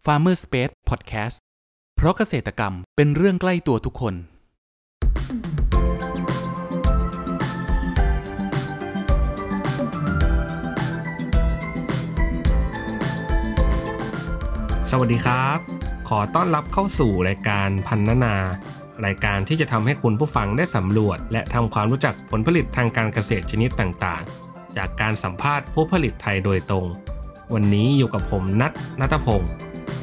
Farmer Space Podcast เพราะเกษตรกรรมเป็นเรื่องใกล้ตัวทุกคนสวัสดีครับขอต้อนรับเข้าสู่รายการพันนานารายการที่จะทำให้คุณผู้ฟังได้สำรวจและทำความรู้จักผลผลิตทางการเกษตรชนิดต่างๆจากการสัมภาษณ์ผู้ผลิตไทยโดยตรงวันนี้อยู่กับผมณัฐพงศ์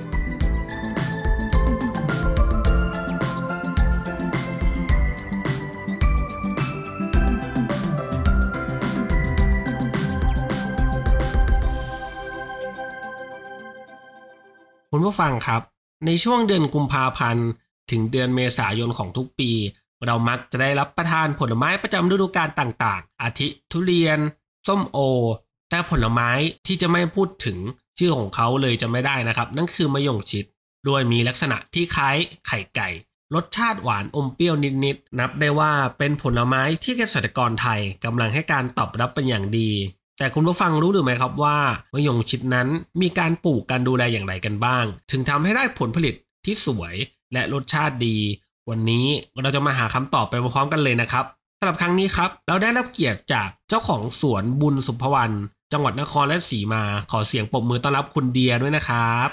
คุณผู้ฟังครับในช่วงเดือนกุมภาพันธ์ถึงเดือนเมษายนของทุกปีเรามักจะได้รับประทานผลไม้ประจำฤดูกาลต่างๆอาทิทุเรียนส้มโอแต่ผลไม้ที่จะไม่พูดถึงชื่อของเขาเลยจะไม่ได้นะครับนั่นคือมะยงชิดโดยมีลักษณะที่คล้ายไข่ไก่รสชาติหวานอมเปรี้ยวนิดๆนับได้ว่าเป็นผลไม้ที่เกษตรกรไทยกำลังให้การตอบรับเป็นอย่างดีแต่คุณผู้ฟังรู้หรือไม่ครับว่ามะยงชิดนั้นมีการปลูกการดูแลอย่างไรกันบ้างถึงทำให้ได้ผลผลิตที่สวยและรสชาติดีวันนี้เราจะมาหาคำตอบไปพร้อมๆกันเลยนะครับสำหรับครั้งนี้ครับเราได้รับเกียรติจากเจ้าของสวนบุญสุภวรรณจังหวัดนครราชสีมาขอเสียงปรบมือต้อนรับคุณเดียด้วยนะครับ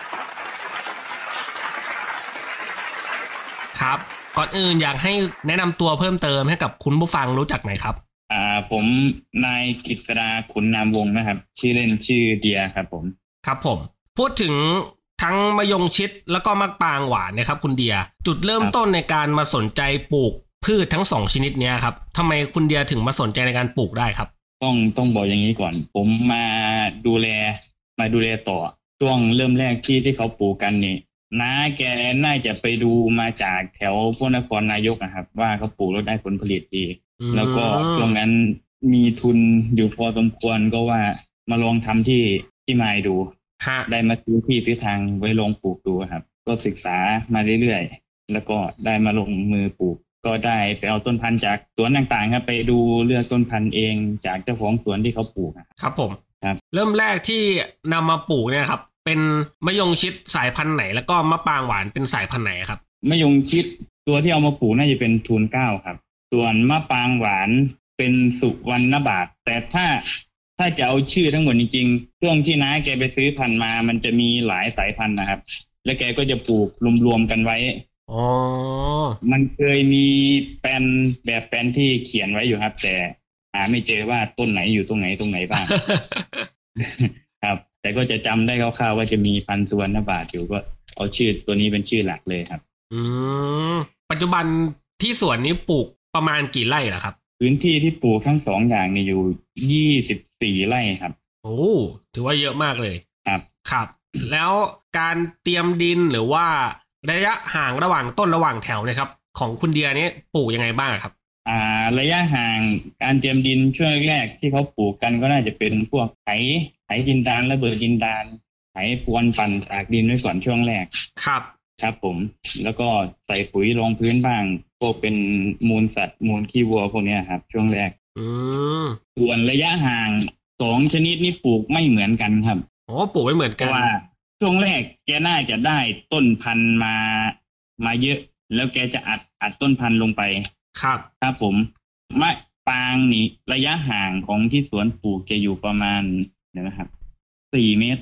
ครับก่อนอื่นอยากให้แนะนำตัวเพิ่มเติมให้กับคุณผู้ฟังรู้จักหน่อยครับผมนายกฤษดาขุนนามวงศ์นะครับชื่อเล่นชื่อเดียครับผมครับผมพูดถึงทั้งมะยงชิดแล้วก็มะปรางหวานนะครับคุณเดียจุดเริ่มต้นในการมาสนใจปลูกพืชทั้ง2ชนิดนี้ครับทำไมคุณเดียถึงมาสนใจในการปลูกได้ครับต้องบอกอย่างนี้ก่อนผมมาดูแลต่อช่วงเริ่มแรกที่เขาปลูกกันนี่น้าแกน่าจะไปดูมาจากแถวพวกนครนายกนะครับว่าเขาปลูกแล้วได้ผลผลิตดีแล้วก็ช่วงนั้นมีทุนอยู่พอสมควรก็ว่ามาลองทำที่มายดูได้มาซื้อที่ซื้อทางไว้ลองปลูกดูครับก็ศึกษามาเรื่อยๆแล้วก็ได้มาลงมือปลูกก็ได้ไปเอาต้นพันธุ์จากสวนต่างๆครับไปดูเลือกต้นพันธุ์เองจากเจ้าของสวนที่เขาปลูกครับผมครับเริ่มแรกที่นำมาปลูกเนี่ยครับเป็นมะยงชิดสายพันธุ์ไหนแล้วก็มะปรางหวานเป็นสายพันธุ์ไหนครับมะยงชิดตัวที่เอามาปลูกน่าจะเป็นทูล9ครับส่วนมะปรางหวานเป็นสุวรรณบาทแต่ถ้าจะเอาชื่อทั้งหมดจริงๆช่วงที่น้าแกไปซื้อพันธุ์มามันจะมีหลายสายพันธุ์นะครับแล้วแกก็จะปลูกรวมๆกันไว้มันเคยมีแปลนที่เขียนไว้อยู่ครับแต่หาไม่เจอว่าต้นไหนอยู่ตรงไหนบ้าง ครับแต่ก็จะจำได้คร่าวๆว่าจะมีพันธุ์สุวรรณบาทอยู่ก็เอาชื่อตัวนี้เป็นชื่อหลักเลยครับปัจจุบันที่สวนนี้ปลูกประมาณกี่ไร่ล่ะครับพื้นที่ที่ปลูกทั้ง2อย่างนี่อยู่24ไร่ครับโอ้ถือว่าเยอะมากเลยครับแล้วการเตรียมดินหรือว่าระยะห่างระหว่างต้นระหว่างแถวนะครับของคุณเดียนี้ปลูกยังไงบ้างครับระยะห่างการเตรียมดินช่วงแรกที่เขาปลูกกันก็น่าจะเป็นพวกไถดินดานระเบิดดินดานไถพรวนปั่นตากดินไว้ก่อนช่วงแรกครับผมแล้วก็ใส่ปุ๋ยรองพื้นบ้างพวกเป็นมูลสัตว์มูลขี้วัวพวกนี้ครับช่วงแรกส่วนระยะห่าง2ชนิดนี้ปลูกไม่เหมือนกันครับปลูกไม่เหมือนกันว่าช่วงแรกแกน่าจะได้ต้นพันธุ์มาเยอะแล้วแกจะอัดต้นพันธุ์ลงไปครับผมมะปรางนี่ระยะห่างของที่สวนปลูกจะอยู่ประมาณนะครับ4 เมตร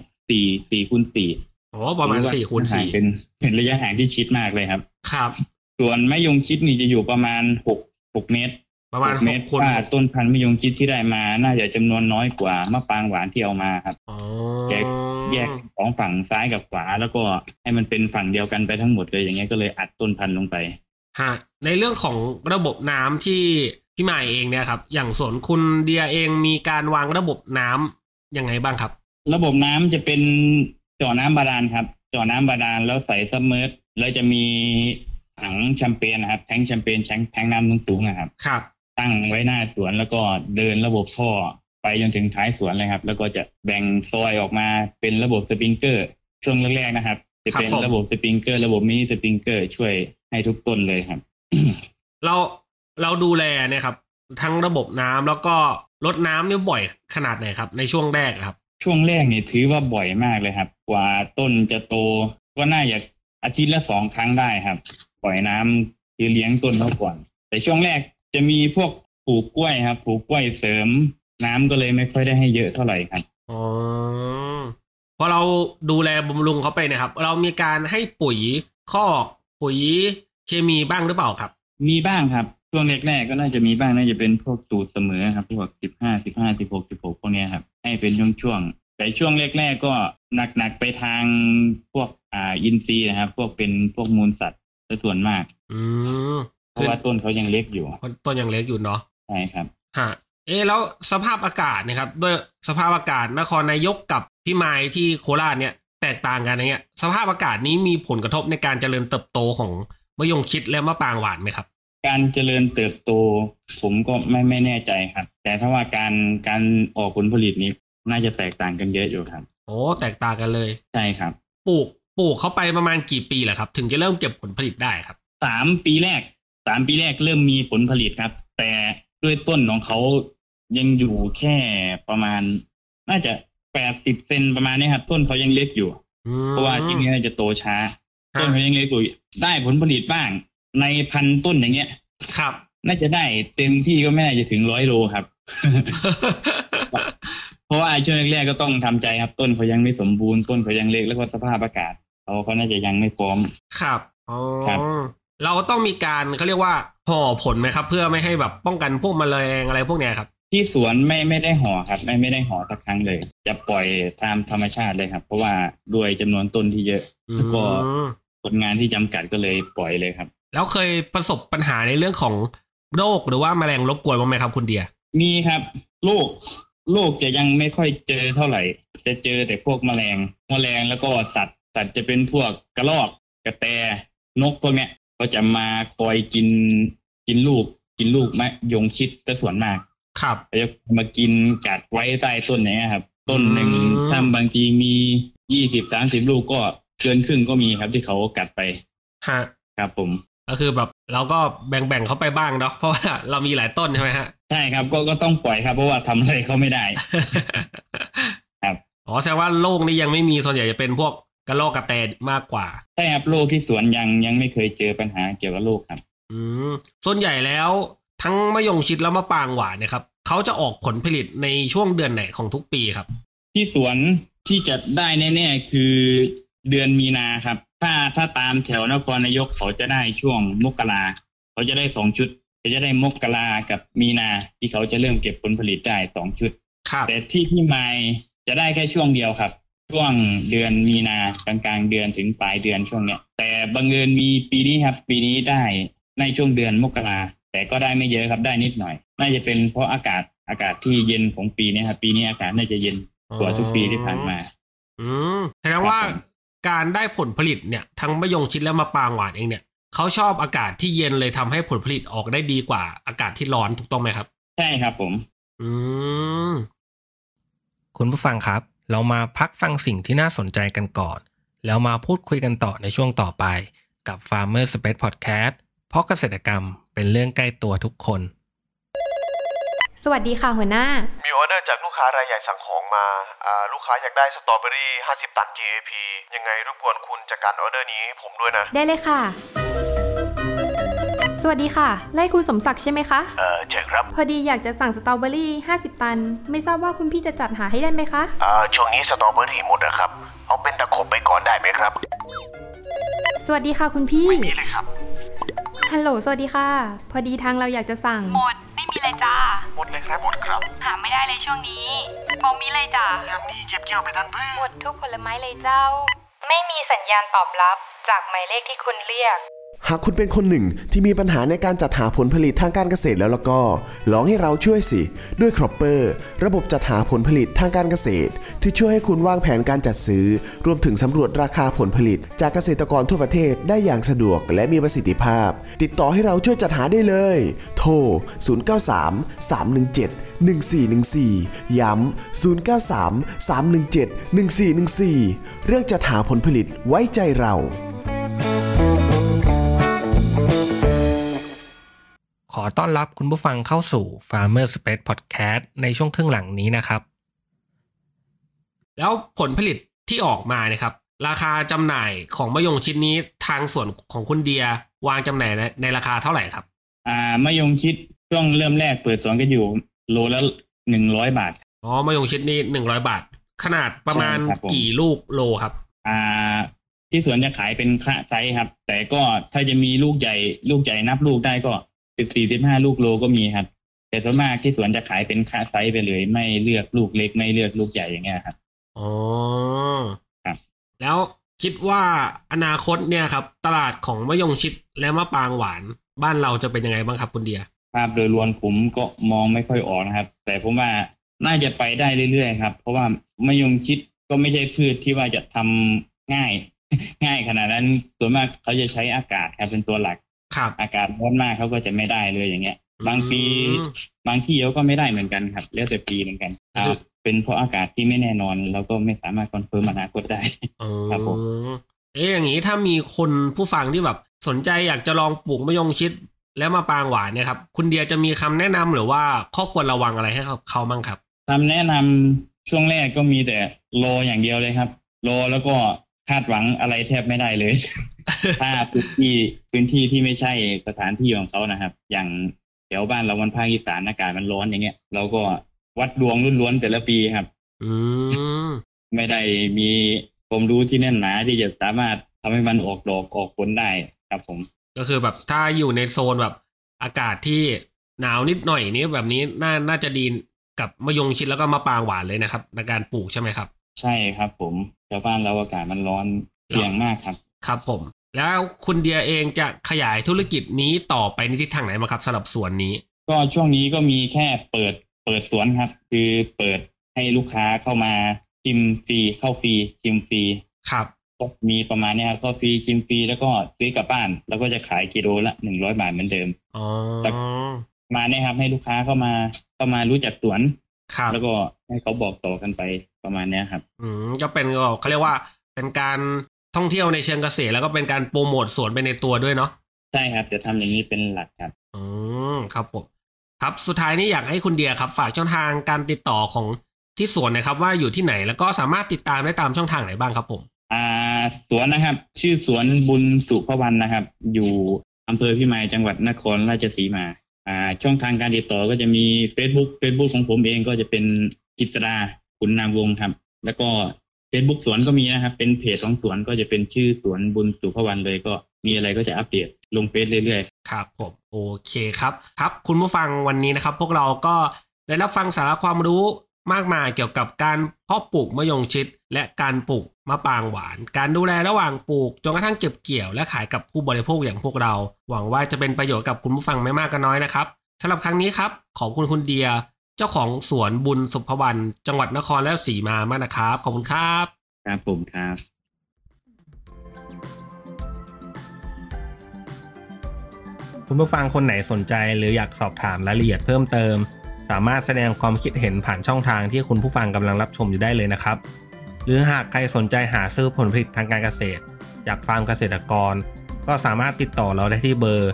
4 คูณ 4 ประมาณ4 คูณ 4 เป็นระยะห่างที่ชิดมากเลยครับส่วนมะยงชิดนี่จะอยู่ประมาณ6 เมตรประมาณ6 คูณต้นพันธุ์มะยงชิดที่ได้มาน่าจะจำนวนน้อยกว่ามะปรางหวานที่เอามาครับแยกของฝั่งซ้ายกับขวาแล้วก็ให้มันเป็นฝั่งเดียวกันไปทั้งหมดเลยอย่างเงี้ยก็เลยอัดต้นพันธุ์ลงไปในเรื่องของระบบน้ำที่พี่หมายเองเนี่ยครับอย่างสวนคุณเดียเองมีการวางระบบน้ำยังไงบ้างครับระบบน้ำจะเป็นเจาะน้ำบาดาลครับเจาะน้ำบาดาลแล้วใส่ซับเมอร์จแล้วจะมีถังแชมเปญนะครับแทงแชมเปญแทงน้ำสูงๆนะครับตั้งไว้หน้าสวนแล้วก็เดินระบบท่อไปจนถึงท้ายสวนเลยครับแล้วก็จะแบ่งซอยออกมาเป็นระบบสปริงเกอร์ช่วงแรกๆนะครับจะเป็นระบบสปริงเกอร์ระบบมินิสปริงเกอร์ช่วยให้ทุกต้นเลยครับเราดูแลเนี่ยครับทั้งระบบน้ำแล้วก็รดน้ำเนี่ยบ่อยขนาดไหนครับในช่วงแรกครับช่วงแรกนี่ถือว่าบ่อยมากเลยครับกว่าต้นจะโตก็น่าจะอาทิตย์ละ2 ครั้งได้ครับปล่อยน้ำคือเลี้ยงต้นเขาก่อนแต่ช่วงแรกจะมีพวกปลูกกล้วยครับปลูกกล้วยเสริมน้ำก็เลยไม่ค่อยได้ให้เยอะเท่าไหร่ครับอ๋อพอเราดูแลบำรุงเขาไปนะครับเรามีการให้ปุ๋ยคอกปุ๋ยเคมีบ้างหรือเปล่าครับมีบ้างครับช่วงแรกๆก็น่าจะมีบ้างน่าจะเป็นพวกสูตรเสมอครับพวก15 16 16พวกนี้ครับให้เป็นช่วงๆแต่ช่วงแรกๆก็หนักไปทางพวกอินทรีย์นะครับพวกเป็นพวกมูลสัตว์ส่วนมากเพราะว่าต้นเขายังเล็กอยู่ต้นยังเล็กอยู่เนาะใช่ครับฮะแล้วสภาพอากาศนะครับด้วยสภาพอากาศนครนายกกับพี่ไมค์ที่โคราชเนี่ยแตกต่างกันอย่างเงี้ยสภาพอากาศนี้มีผลกระทบในการเจริญเติบโตของมะยงชิดและมะปรางหวานไหมครับการเจริญเติบโตผมก็ไม่แน่ใจครับแต่ถ้าว่าการออกผลผลิตนี้น่าจะแตกต่างกันเยอะอยู่ครับโอ้แตกต่างกันเลยใช่ครับปลูกเข้าไปประมาณกี่ปีแหละครับถึงจะเริ่มเก็บผลผลิตได้ครับ 3 ปีแรกเริ่มมีผลผลิตครับแต่ด้วยต้นของเขายังอยู่แค่ประมาณน่าจะ80 เซนประมาณนี้ครับต้นเขายังเล็กอยู่เพราะว่าที่นี่น่าจะโตช้าต้นเขายังเล็กอยู่ได้ผลผลิตบ้างในพันต้นอย่างเงี้ยครับน่าจะได้เต็มที่ก็ไม่น่าจะถึง100 โลครับ เพราะว่าช่วงแรกๆก็ต้องทำใจครับต้นเขายังไม่สมบูรณ์ต้นเขายังเล็กแล้วก็สภาพอากาศเขาน่าจะยังไม่พร้อมครับอ๋อเราต้องมีการเขาเรียกว่าห่อผลไหมครับเพื่อไม่ให้แบบป้องกันพวกแมลงอะไรพวกเนี้ยครับที่สวนไม่ได้ห่อครับไม่ได้ห่อสักครั้งเลยจะปล่อยตามธรรมชาติเลยครับเพราะว่าด้วยจำนวนต้นที่เยอะแล้วก็ผลงานที่จำกัดก็เลยปล่อยเลยครับแล้วเคยประสบปัญหาในเรื่องของโรคหรือว่าแมลงรบกวนบ้างไหมครับคุณเดียมีครับโรคจะยังไม่ค่อยเจอเท่าไหร่จะเจอแต่พวกแมลงแล้วก็สัตว์จะเป็นพวกกระรอกกระแตนกพวกเนี้ยก็จะมาคอยกินลูกมะยงชิดซะส่วนมากครับจะมากินกัดไว้ใต้ต้นอย่างเงี้ยครับต้นหนึ่งถ้าบางทีมี20-30 ลูกก็เกินครึ่งก็มีครับที่เขากัดไปฮะครับผมก็คือแบบเราก็แบ่งเขาไปบ้างเนาะเพราะว่าเรามีหลายต้นใช่ไหมฮะใช่ครับก็ต้องปล่อยครับเพราะว่าทำอะไรเขาไม่ได้ครับอ๋อแสดงว่าโรคนี้ยังไม่มีส่วนใหญ่จะเป็นพวกกระรอกกระแตมากกว่าใช่ครับโรคที่สวนยังไม่เคยเจอปัญหาเกี่ยวกับโรคครับส่วนใหญ่แล้วทั้งมะยงชิดและมะปรางหวานเนี่ยครับเขาจะออกผลผลิตในช่วงเดือนไหนของทุกปีครับที่สวนที่จะได้แน่ๆคือเดือนมีนาครับถ้าตามแถวนครนายกเขาจะได้ช่วงมกราเขาจะได้2 ชุดเขาจะได้มกรากับมีนาที่เขาจะเริ่มเก็บผลผลิตได้2 ชุดแต่ที่พี่ไมค์จะได้แค่ช่วงเดียวครับช่วงเดือนมีนากลางเดือนถึงปลายเดือนช่วงเนี้ยแต่บังเอิญมีปีนี้ครับปีนี้ได้ในช่วงเดือนมกราแต่ก็ได้ไม่เยอะครับได้นิดหน่อยน่าจะเป็นเพราะอากาศที่เย็นของปีนี้ครับปีนี้อากาศน่าจะเย็นกว่าทุกปีที่ผ่านมาแสดงว่าการได้ผลผลิตเนี่ยทั้งมะยงชิดและมะปรางหวานเองเนี่ยเขาชอบอากาศที่เย็นเลยทำให้ผลผลิตออกได้ดีกว่าอากาศที่ร้อนถูกต้องไหมครับใช่ครับผมคุณผู้ฟังครับเรามาพักฟังสิ่งที่น่าสนใจกันก่อนแล้วมาพูดคุยกันต่อในช่วงต่อไปกับ Farmer Space Podcast เพราะเกษตรกรรมเป็นเรื่องใกล้ตัวทุกคนสวัสดีค่ะหัวหน้ามีออเดอร์จากลูกค้ารายใหญ่สั่งของมาลูกค้าอยากได้สตรอเบอรี่50 ตัน GAP ยังไงรบกวนคุณจัดการออเดอร์นี้ให้ผมด้วยนะได้เลยค่ะสวัสดีค่ะไล่คุณสมศักดิ์ใช่ไหมคะใช่ครับพอดีอยากจะสั่งสตรอเบอรี่50 ตันไม่ทราบว่าคุณพี่จะจัดหาให้ได้ไหมคะช่วงนี้สตรอเบอรี่หมดนะครับเอาเป็นตะขบไปก่อนได้ไหมครับสวัสดีค่ะคุณพี่ไม่มีเลยครับฮัลโหลสวัสดีค่ะพอดีทางเราอยากจะสั่งหมดไม่มีเลยจ้าหมดเลยครับหมดครับหาไม่ได้เลยช่วงนี้มองมีเลยจ้ายังมีเก็บเกี่ยวไปทันเพื่อหมดทุกผลไม้เลยเจ้าไม่มีสัญญาณตอบรับจากหมายเลขที่คุณเรียกหากคุณเป็นคนหนึ่งที่มีปัญหาในการจัดหาผลผลิตทางการเกษตรแล้วก็ลองให้เราช่วยสิด้วยครอปเปอร์ระบบจัดหาผลผลิตทางการเกษตรที่ช่วยให้คุณวางแผนการจัดซื้อรวมถึงสำรวจราคาผลผลิตจากเกษตรกรทั่วประเทศได้อย่างสะดวกและมีประสิทธิภาพติดต่อให้เราช่วยจัดหาได้เลยโทร0933171414ย้ำ0933171414เรื่องจัดหาผลผลิตไว้ใจเราขอต้อนรับคุณผู้ฟังเข้าสู่ Farmer Space Podcast ในช่วงครึ่งหลังนี้นะครับแล้วผลผลิตที่ออกมานะครับราคาจำหน่ายของมะยงชิดนี้ทางส่วนของคุณเดียวางจำหน่ายในราคาเท่าไหร่ครับมะยงชิดช่วงเริ่มแรกเปิดสวนก็อยู่โลละ100 บาทอ๋อมะยงชิดนี่100 บาทขนาดประมาณกี่ลูกโลครับที่สวนจะขายเป็นคละไซส์ครับแต่ก็ถ้าจะมีลูกใหญ่นับลูกได้ก็14-15 ลูกโลก็มีครับแต่ส่วนมากที่สวนจะขายเป็นคละไซส์ไปเลยไม่เลือกลูกเล็กไม่เลือกลูกใหญ่อย่างเงี้ยครับอ๋อครับแล้วคิดว่าอนาคตเนี่ยครับตลาดของมะยงชิดและมะปรางหวานบ้านเราจะเป็นยังไงบ้างครับคุณเดียภาพโดยรวมผมก็มองไม่ค่อยออกนะครับแต่ผมว่าน่าจะไปได้เรื่อยๆครับเพราะว่ามะยงชิดก็ไม่ใช่พืชที่ว่าจะทำง่ายขนาดนั้นส่วนมากเขาจะใช้อากาศครับเป็นตัวหลักอากาศร้อนมากเขาก็จะไม่ได้เลยอย่างเงี้ยบางปีบางที่เขาก็ไม่ได้เหมือนกันครับแล้วแต่ปีเหมือนกันเป็นเพราะอากาศที่ไม่แน่นอนแล้วก็ไม่สามารถคอนเฟิร์มอนาคตได้ครับผมอย่างนี้ถ้ามีคนผู้ฟังที่แบบสนใจอยากจะลองปลูกมะยงชิดแล้วมะปรางหวานเนี่ยครับคุณเดียจะมีคำแนะนำหรือว่าข้อควรระวังอะไรให้เขาบ้างครับคำแนะนำช่วงแรกก็มีแต่รออย่างเดียวเลยครับรอแล้วก็คาดหวังอะไรแทบไม่ได้เลย ถ้าพื้นที่ที่ไม่ใช่สถานที่ของเขานะครับอย่างแถวบ้านเราวันภาคอีสานอากาศมันร้อนอย่างเงี้ยเราก็วัดดวงล้วนๆแต่ละปีครับไม่ได้มีความรู้ที่แน่นหนาที่จะสามารถทำให้มันออกดอกออกผลได้ครับผมก็คือแบบถ้าอยู่ในโซนแบบอากาศที่หนาวนิดหน่อยนี้แบบนี้น่าจะดีกับมะยงชิดแล้วก็มะปรางหวานเลยนะครับในการปลูกใช่ไหมครับใช่ครับผมชาวบ้านเราอากาศมันร้อนเสี่ยงมากครับครับผมแล้วคุณเดียเองจะขยายธุรกิจนี้ต่อไปในทิศทางไหนมาครับสำหรับสวนนี้ก็ช่วงนี้ก็มีแค่เปิดสวนครับคือเปิดให้ลูกค้าเข้ามาชิมฟรีเข้าฟรีชิมฟรีครับก็มีประมาณนี้ก็ฟรีชิมฟรีแล้วก็ซื้อกลับบ้านแล้วก็จะขายกิโลละ100 บาทเหมือนเดิมอ๋อมาเนี่ยครับให้ลูกค้าเข้ามารู้จักสวนแล้วก็ให้เขาบอกต่อกันไปประมาณนี้ครับก็เป็นเขาเรียกว่าเป็นการท่องเที่ยวในเชิงเกษตรแล้วก็เป็นการโปรโมทสวนไปในตัวด้วยเนาะใช่ครับจะทำอย่างนี้เป็นหลักครับครับผมครับสุดท้ายนี้อยากให้คุณเดียครับฝากช่องทางการติดต่อของที่สวนนะครับว่าอยู่ที่ไหนแล้วก็สามารถติดตามได้ตามช่องทางไหนบ้างครับผมสวนนะครับชื่อสวนบุญสุภวรรณนะครับอยู่อำเภอพิมายจังหวัดนครราชสีมาช่องทางการติดต่อก็จะมี Facebook ของผมเองก็จะเป็นกิตราขุนนามวงศ์ครับแล้วก็Facebook สวนก็มีนะครับเป็นเพจของสวนก็จะเป็นชื่อสวนบุญสุภวรรณเลยก็มีอะไรก็จะอัปเดตลงเฟซเรื่อยๆครับผมโอเคครับคุณผู้ฟังวันนี้นะครับพวกเราก็ได้รับฟังสาระความรู้มากมายเกี่ยวกับการเพาะปลูกมะยงชิดและการปลูกมะปรางหวานการดูแลระหว่างปลูกจนกระทั่งเก็บเกี่ยวและขายกับผู้บริโภคอย่างพวกเราหวังว่าจะเป็นประโยชน์กับคุณผู้ฟังไม่มากก็น้อยนะครับสำหรับครั้งนี้ครับขอบคุณเดียเจ้าของสวนบุญสุภวรรณจังหวัดนครราชสีมามากนะครับขอบคุณครับครับผมครับคุณผู้ฟังคนไหนสนใจหรืออยากสอบถามรายละเอียดเพิ่มเติมสามารถแสดงความคิดเห็นผ่านช่องทางที่คุณผู้ฟังกำลังรับชมอยู่ได้เลยนะครับหรือหากใครสนใจหาซื้อผลผลิตทางการเกษตรจากฟาร์มเกษตรกรก็สามารถติดต่อเราได้ที่เบอร์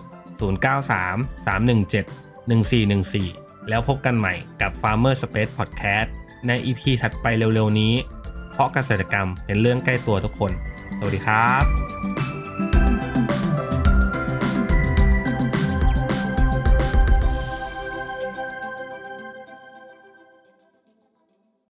0933171414แล้วพบกันใหม่กับ Farmer Space Podcast ใน EP ถัดไปเร็วๆนี้เพราะเกษตรกรรมเป็นเรื่องใกล้ตัวทุกคนสวัสดีครับ